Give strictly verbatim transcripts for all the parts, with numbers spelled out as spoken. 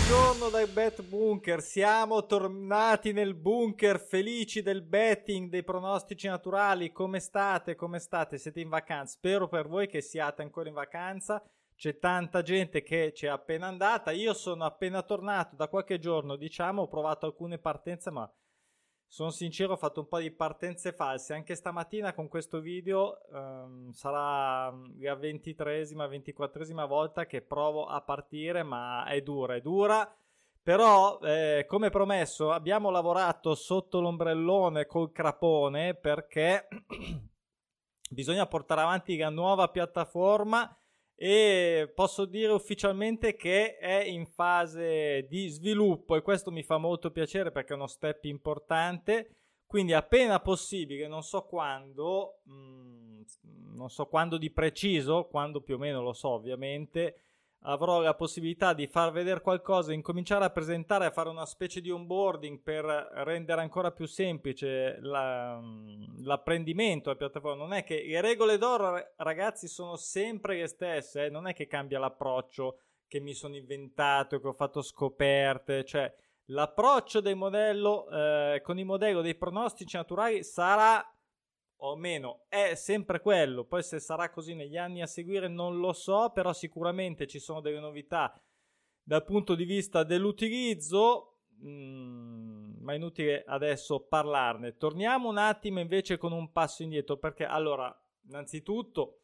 Buongiorno dai Bet Bunker, siamo tornati nel bunker felici del betting, dei pronostici naturali. Come state? Come state? Siete in vacanza? Spero per voi che siate ancora in vacanza. C'è tanta gente che ci è appena andata. Io sono appena tornato da qualche giorno, diciamo, ho provato alcune partenze, ma sono sincero, ho fatto un po' di partenze false. Anche stamattina con questo video um, sarà la ventitreesima, ventiquattresima volta che provo a partire, ma è dura, è dura. Però, eh, come promesso, abbiamo lavorato sotto l'ombrellone col crapone perché bisogna portare avanti la nuova piattaforma e posso dire ufficialmente che è in fase di sviluppo e questo mi fa molto piacere perché è uno step importante. Quindi appena possibile, non so quando, mh, non so quando di preciso, quando più o meno lo so ovviamente, avrò la possibilità di far vedere qualcosa, incominciare a presentare, a fare una specie di onboarding per rendere ancora più semplice la, l'apprendimento della piattaforma. Non è che le regole d'oro, ragazzi, sono sempre le stesse, eh? Non è che cambia l'approccio che mi sono inventato, che ho fatto scoperte, cioè l'approccio del modello eh, con il modello dei pronostici naturali sarà, o meno, è sempre quello. Poi se sarà così negli anni a seguire non lo so, però sicuramente ci sono delle novità dal punto di vista dell'utilizzo, mm, ma è inutile adesso parlarne. Torniamo un attimo invece con un passo indietro, perché allora, innanzitutto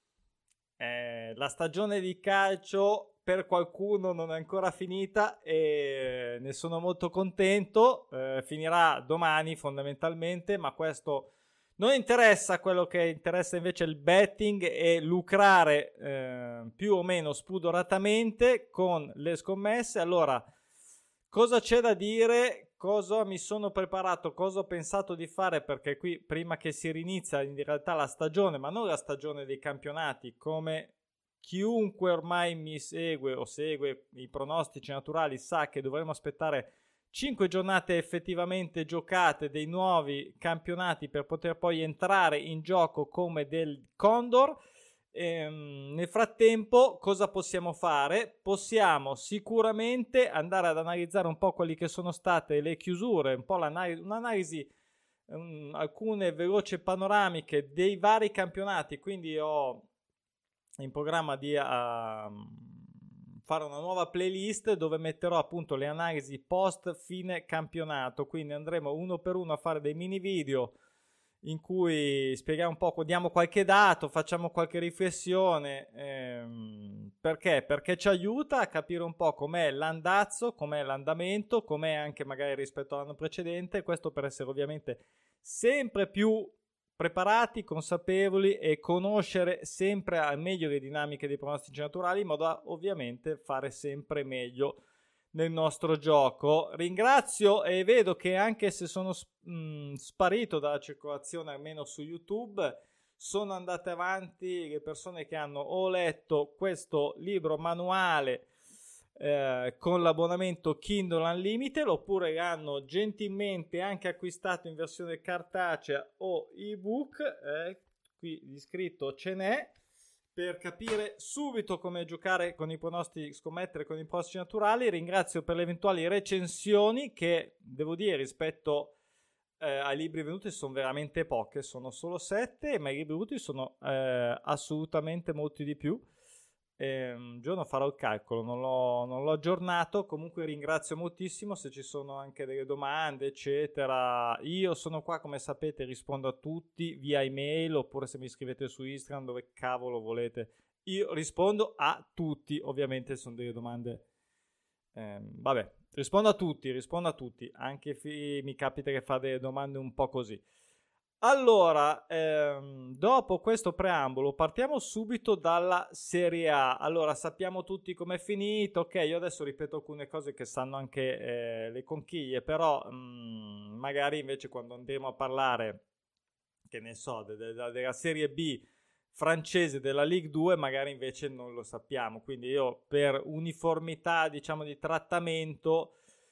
eh, la stagione di calcio per qualcuno non è ancora finita e ne sono molto contento. Eh, finirà domani fondamentalmente, ma questo non interessa. Quello che interessa invece è il betting e lucrare eh, più o meno spudoratamente con le scommesse. Allora, cosa c'è da dire? Cosa mi sono preparato? Cosa ho pensato di fare? Perché qui prima che si rinizia in realtà la stagione, ma non la stagione dei campionati, come chiunque ormai mi segue o segue i pronostici naturali sa che dovremo aspettare cinque giornate effettivamente giocate dei nuovi campionati per poter poi entrare in gioco come del Condor. Ehm, nel frattempo cosa possiamo fare? Possiamo sicuramente andare ad analizzare un po' quelli che sono state le chiusure, un po' l'analisi, un'analisi, um, alcune veloci panoramiche dei vari campionati. Quindi ho in programma di uh, fare una nuova playlist dove metterò appunto le analisi post fine campionato, quindi andremo uno per uno a fare dei mini video in cui spieghiamo un po', diamo qualche dato, facciamo qualche riflessione, ehm, perché? Perché ci aiuta a capire un po' com'è l'andazzo, com'è l'andamento, com'è anche magari rispetto all'anno precedente, questo per essere ovviamente sempre più preparati, consapevoli e conoscere sempre al meglio le dinamiche dei pronostici naturali in modo da ovviamente fare sempre meglio nel nostro gioco. Ringrazio e vedo che anche se sono mh, sparito dalla circolazione almeno su YouTube, sono andate avanti le persone che hanno o letto questo libro manuale Eh, con l'abbonamento Kindle Unlimited oppure l'hanno gentilmente anche acquistato in versione cartacea o ebook. Eh, qui di scritto ce n'è per capire subito come giocare con i pronostici, scommettere con i pronostici naturali. Ringrazio per le eventuali recensioni che devo dire rispetto eh, ai libri venuti sono veramente poche, sono solo sette, ma i libri venuti sono eh, assolutamente molti di più. E un giorno farò il calcolo, non l'ho, non l'ho aggiornato. Comunque ringrazio moltissimo. Se ci sono anche delle domande eccetera, io sono qua, come sapete, rispondo a tutti via email oppure se mi scrivete su Instagram, dove cavolo volete, io rispondo a tutti. Ovviamente sono delle domande eh, vabbè, rispondo a tutti, rispondo a tutti, anche se mi capita che fa delle domande un po' così. Allora, ehm, dopo questo preambolo partiamo subito dalla Serie A. Allora, sappiamo tutti com'è finito. Ok, io adesso ripeto alcune cose che sanno anche eh, le conchiglie, però mh, magari invece quando andremo a parlare, che ne so, de- de- della Serie B francese della Ligue due, magari invece non lo sappiamo. Quindi io, per uniformità, diciamo, di trattamento,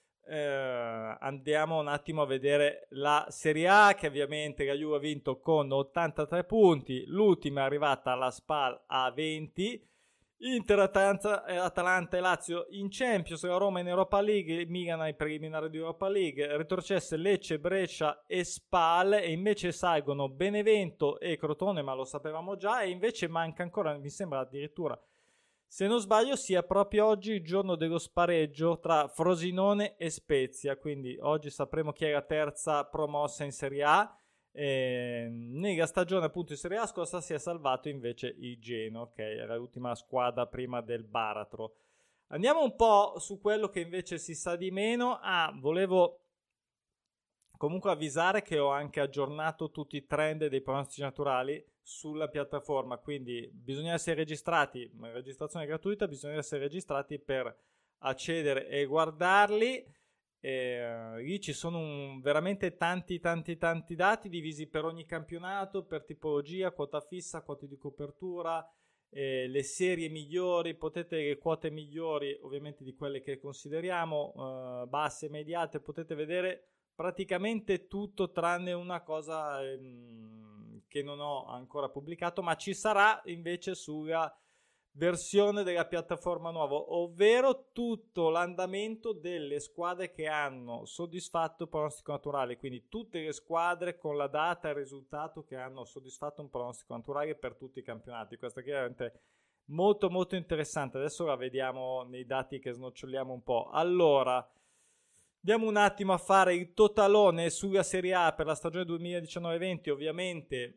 Eh, andiamo un attimo a vedere la Serie A, che ovviamente la Juve ha vinto con ottantatré punti, l'ultima è arrivata alla Spal a venti, Inter, Atalanta, Atalanta e Lazio in Champions, la Roma in Europa League, Milan ai preliminari di Europa League, retrocesse Lecce, Brescia e Spal, e invece salgono Benevento e Crotone, ma lo sapevamo già, e invece manca ancora, mi sembra addirittura, se non sbaglio sia proprio oggi il giorno dello spareggio tra Frosinone e Spezia, quindi oggi sapremo chi è la terza promossa in Serie A. Eh, nella stagione appunto in Serie A scorsa si è salvato invece il Genoa, che era l'ultima squadra prima del baratro. Andiamo un po' su quello che invece si sa di meno. Ah, volevo comunque avvisare che ho anche aggiornato tutti i trend dei pronostici naturali sulla piattaforma, quindi bisogna essere registrati, la registrazione è gratuita, bisogna essere registrati per accedere e guardarli. E, uh, lì ci sono un, veramente tanti tanti tanti dati divisi per ogni campionato, per tipologia, quota fissa, quote di copertura, eh, le serie migliori, potete le quote migliori ovviamente di quelle che consideriamo, uh, basse, mediate, potete vedere praticamente tutto tranne una cosa ehm, che non ho ancora pubblicato, ma ci sarà invece sulla versione della piattaforma nuova, ovvero tutto l'andamento delle squadre che hanno soddisfatto il pronostico naturale, quindi tutte le squadre con la data e il risultato che hanno soddisfatto un pronostico naturale per tutti i campionati. Questo è chiaramente molto molto interessante. Adesso la vediamo nei dati che snoccioliamo un po'. Allora, andiamo un attimo a fare il totalone sulla Serie A per la stagione duemiladiciannove venti. Ovviamente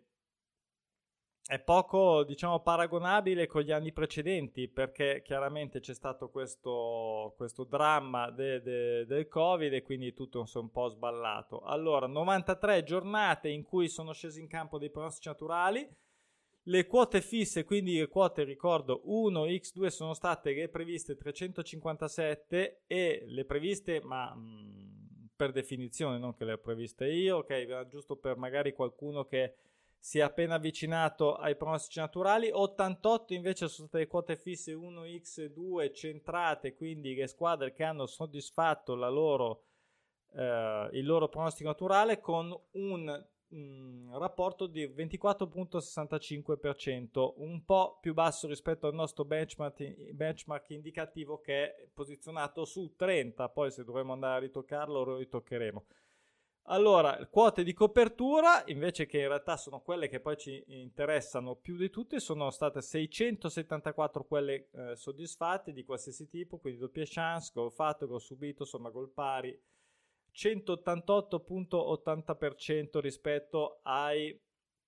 è poco, diciamo, paragonabile con gli anni precedenti, perché chiaramente c'è stato questo, questo dramma de, de, del Covid e quindi tutto si è un po' sballato. Allora, novantatré giornate in cui sono scesi in campo dei pronostici naturali. Le quote fisse, quindi le quote, ricordo, uno per due sono state le previste trecentocinquantasette, e le previste, ma mh, per definizione, non che le ho previste io, ok, giusto per magari qualcuno che si è appena avvicinato ai pronostici naturali. ottantotto invece sono state le quote fisse uno per due centrate, quindi le squadre che hanno soddisfatto la loro, eh, il loro pronostico naturale con un mh, rapporto di ventiquattro virgola sessantacinque per cento, un po' più basso rispetto al nostro benchmark, benchmark indicativo che è posizionato su trenta. Poi se dovremo andare a ritoccarlo lo ritoccheremo. Allora, quote di copertura, invece, che in realtà sono quelle che poi ci interessano più di tutte, sono state seicentosettantaquattro quelle eh, soddisfatte di qualsiasi tipo, quindi doppie chance, gol fatto, gol subito, insomma gol pari, centottantotto virgola ottanta per cento rispetto ai,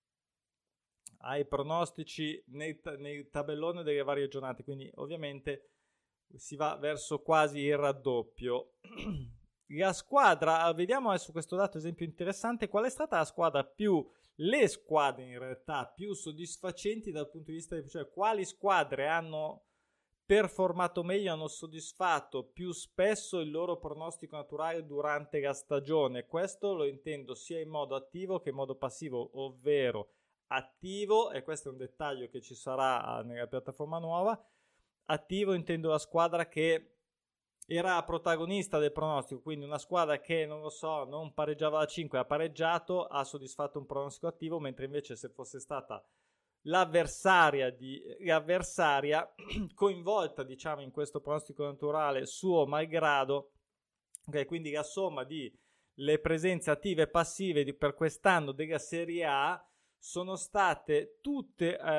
ai pronostici nei, nei tabellone delle varie giornate, quindi ovviamente si va verso quasi il raddoppio. La squadra, vediamo adesso questo dato esempio interessante, qual è stata la squadra più, le squadre in realtà più soddisfacenti dal punto di vista di, cioè quali squadre hanno performato meglio, hanno soddisfatto più spesso il loro pronostico naturale durante la stagione. Questo lo intendo sia in modo attivo che in modo passivo, ovvero attivo, e questo è un dettaglio che ci sarà nella piattaforma nuova. Attivo intendo la squadra che era protagonista del pronostico, quindi una squadra che, non lo so, non pareggiava da cinque, ha pareggiato, ha soddisfatto un pronostico attivo, mentre invece se fosse stata l'avversaria, di, l'avversaria coinvolta, diciamo, in questo pronostico naturale suo malgrado, okay, quindi la somma di le presenze attive e passive di, per quest'anno della Serie A sono state tutte eh,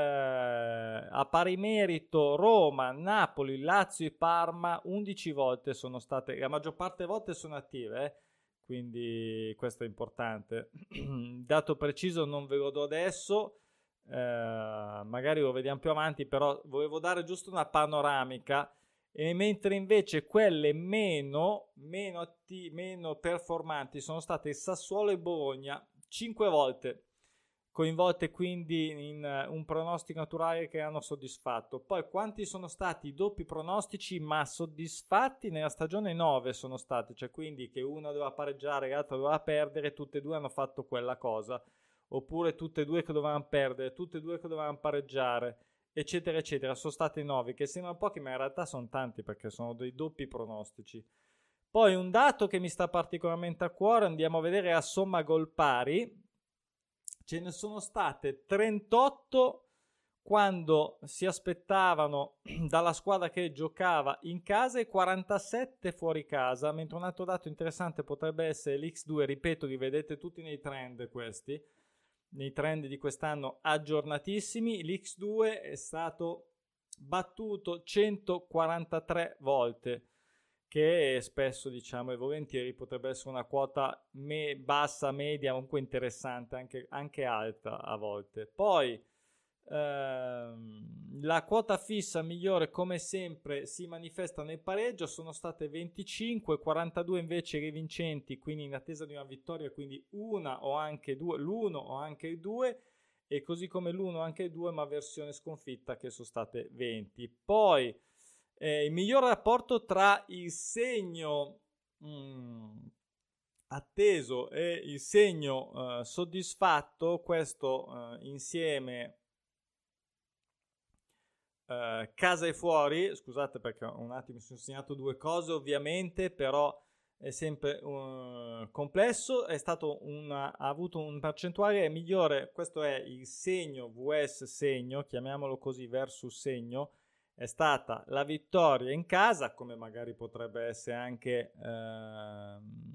a pari merito. Roma, Napoli, Lazio e Parma undici volte sono state, la maggior parte delle volte sono attive, eh? Quindi questo è importante. Dato preciso non ve lo do adesso, eh, magari lo vediamo più avanti, però volevo dare giusto una panoramica. E mentre invece quelle meno, meno, atti- meno performanti sono state Sassuolo e Bologna, cinque volte coinvolte, quindi in uh, un pronostico naturale che hanno soddisfatto. Poi quanti sono stati i doppi pronostici ma soddisfatti nella stagione? nove sono stati, cioè quindi che una doveva pareggiare e l'altra doveva perdere, tutte e due hanno fatto quella cosa, oppure tutte e due che dovevano perdere, tutte e due che dovevano pareggiare, eccetera eccetera. Sono stati nove, che sembrano pochi ma in realtà sono tanti perché sono dei doppi pronostici. Poi un dato che mi sta particolarmente a cuore, andiamo a vedere la somma gol pari. Ce ne sono state trentotto quando si aspettavano dalla squadra che giocava in casa e quarantasette fuori casa, mentre un altro dato interessante potrebbe essere l'X due, ripeto, li vedete tutti nei trend questi, nei trend di quest'anno aggiornatissimi. L'X due è stato battuto centoquarantatré volte, che spesso, diciamo, e volentieri potrebbe essere una quota me- bassa, media, comunque interessante, anche, anche alta a volte. Poi ehm, la quota fissa migliore, come sempre, si manifesta nel pareggio, sono state venticinque, quarantadue invece i vincenti, quindi in attesa di una vittoria, quindi una o anche due, l'uno o anche il due, e così come l'uno o anche il due, ma versione sconfitta, che sono state venti. Poi eh, il miglior rapporto tra il segno mm, atteso e il segno eh, soddisfatto, questo eh, insieme eh, casa e fuori, scusate perché un attimo mi sono segnato due cose ovviamente, però è sempre uh, complesso, è stato una, ha avuto un percentuale migliore, questo è il segno vs segno, chiamiamolo così, versus segno, è stata la vittoria in casa, come magari potrebbe essere anche eh,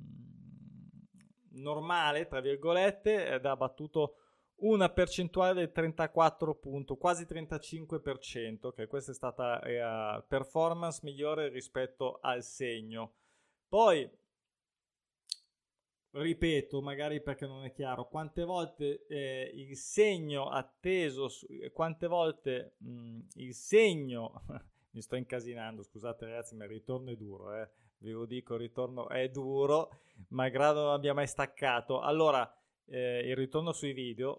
normale, tra virgolette, ed ha battuto una percentuale del trentaquattro punto, quasi trentacinque per cento, che questa è stata la performance migliore rispetto al segno. Poi, ripeto, magari perché non è chiaro, quante volte eh, il segno atteso, su, quante volte mh, il segno, mi sto incasinando, scusate ragazzi, ma il ritorno è duro, eh. Vi lo dico, il ritorno è duro, malgrado non abbia mai staccato. Allora, eh, il ritorno sui video,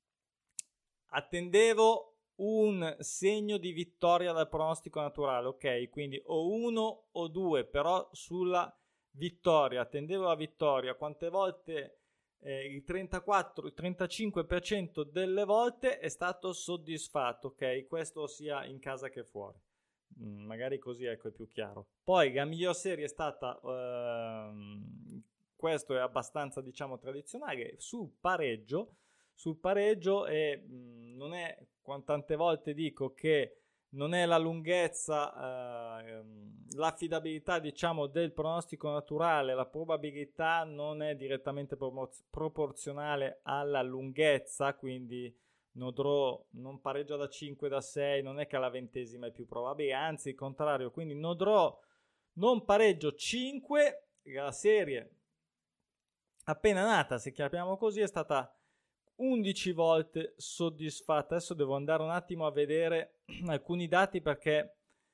attendevo un segno di vittoria dal pronostico naturale, ok, quindi o uno o due, però sulla vittoria, attendevo la vittoria. Quante volte eh, il trentaquattro, il trentacinque per cento delle volte è stato soddisfatto, ok, questo sia in casa che fuori. Mm, magari così, ecco, è più chiaro. Poi la miglior serie è stata ehm, questo è abbastanza, diciamo, tradizionale, sul pareggio sul pareggio, e mh, non è, tante volte dico che non è la lunghezza, eh, l'affidabilità, diciamo, del pronostico naturale, la probabilità non è direttamente promoz- proporzionale alla lunghezza, quindi no draw non pareggia da cinque, da sei, non è che alla ventesima è più probabile, anzi il contrario, quindi no draw non pareggio cinque, la serie appena nata, se chiamiamo così, è stata undici volte soddisfatta. Adesso devo andare un attimo a vedere alcuni dati perché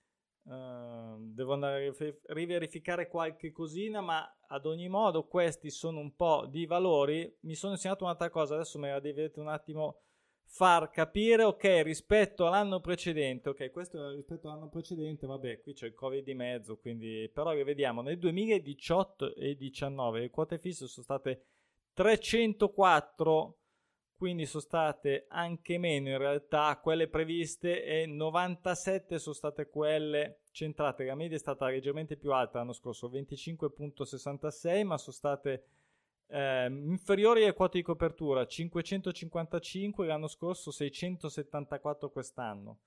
uh, devo andare a riverificare qualche cosina, ma ad ogni modo questi sono un po' di valori. Mi sono insegnato un'altra cosa, adesso me la dovete un attimo far capire. Ok, rispetto all'anno precedente, ok, questo è rispetto all'anno precedente, vabbè, qui c'è il Covid di mezzo, quindi però rivediamo, nel duemiladiciotto e diciannove le quote fisse sono state trecentoquattro, quindi sono state anche meno in realtà quelle previste, e novantasette sono state quelle centrate. La media è stata leggermente più alta l'anno scorso, venticinque virgola sessantasei, ma sono state eh, inferiori alle quote di copertura, cinquecentocinquantacinque l'anno scorso, seicentosettantaquattro quest'anno.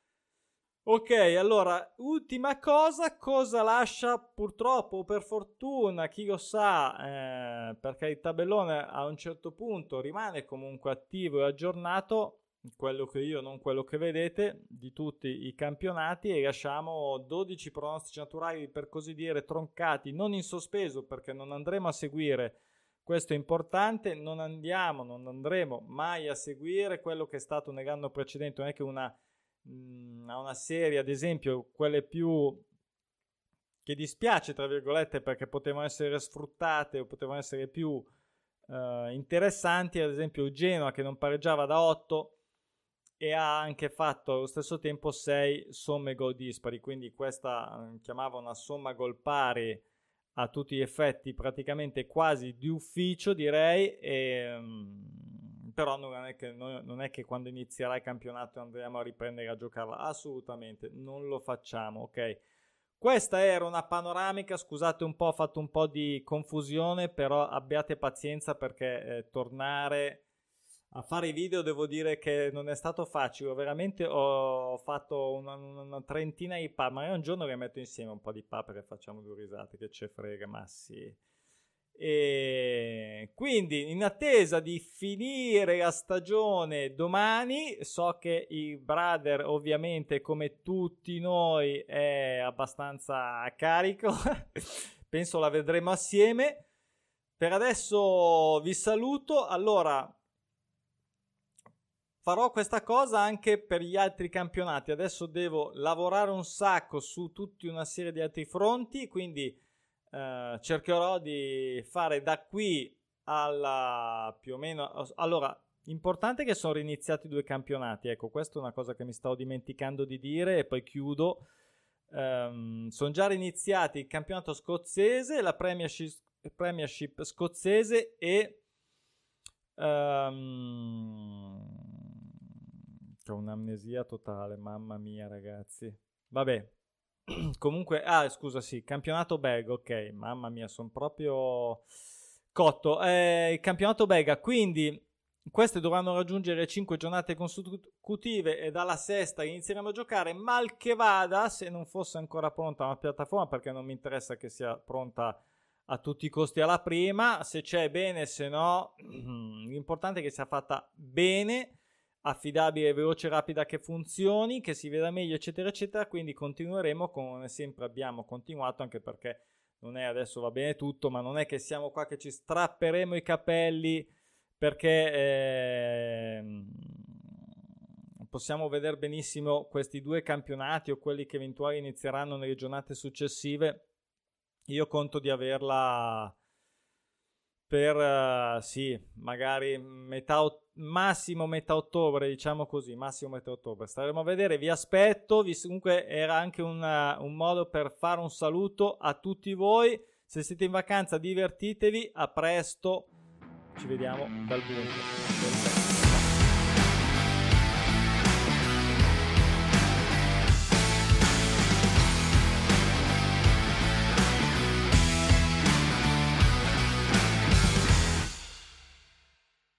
Ok, allora, ultima cosa, cosa lascia purtroppo o per fortuna, chi lo sa, eh, perché il tabellone a un certo punto rimane comunque attivo e aggiornato, quello che io, non quello che vedete, di tutti i campionati, e lasciamo dodici pronostici naturali, per così dire, troncati, non in sospeso perché non andremo a seguire, questo è importante, non andiamo, non andremo mai a seguire quello che è stato nell'anno precedente, non è che una a una serie, ad esempio quelle più che dispiace tra virgolette perché potevano essere sfruttate o potevano essere più eh, interessanti, ad esempio il Genoa che non pareggiava da otto e ha anche fatto allo stesso tempo sei somme gol dispari, quindi questa eh, chiamava una somma gol pari a tutti gli effetti, praticamente quasi di ufficio, direi, e um, però non è, che, non è che quando inizierà il campionato andremo a riprendere a giocarla, assolutamente non lo facciamo, ok? Questa era una panoramica, scusate un po', ho fatto un po' di confusione, però abbiate pazienza perché eh, tornare A fare i video devo dire che non è stato facile, veramente ho fatto una, una trentina di pub, magari un giorno le metto insieme un po' di pub perché facciamo due risate, che ce frega, ma sì. E quindi in attesa di finire la stagione domani, so che il brother ovviamente come tutti noi è abbastanza carico, penso la vedremo assieme. Per adesso vi saluto, allora farò questa cosa anche per gli altri campionati, adesso devo lavorare un sacco su tutta una serie di altri fronti, quindi Uh, cercherò di fare da qui alla più o meno, allora importante che sono riniziati due campionati, ecco, questa è una cosa che mi stavo dimenticando di dire e poi chiudo. Um, sono già riniziati il campionato scozzese, la premiership, premiership scozzese e um, c'ho un'amnesia totale, mamma mia ragazzi, vabbè. Comunque, ah scusa sì, campionato belga, ok, mamma mia, sono proprio cotto. Eh, il campionato belga, quindi queste dovranno raggiungere cinque giornate consecutive e dalla sesta inizieremo a giocare. Mal che vada, se non fosse ancora pronta una piattaforma, perché non mi interessa che sia pronta a tutti i costi alla prima, se c'è bene, se no, l'importante è che sia fatta bene, affidabile, veloce, rapida, che funzioni, che si veda meglio, eccetera eccetera. Quindi continueremo come sempre abbiamo continuato, anche perché non è adesso va bene tutto, ma non è che siamo qua che ci strapperemo i capelli, perché eh, possiamo vedere benissimo questi due campionati o quelli che eventuali inizieranno nelle giornate successive. Io conto di averla per uh, sì, magari metà massimo metà ottobre, diciamo così, massimo metà ottobre. Staremo a vedere, vi aspetto. Vi, comunque era anche una, un modo per fare un saluto a tutti voi. Se siete in vacanza divertitevi, a presto, ci vediamo dal bunker.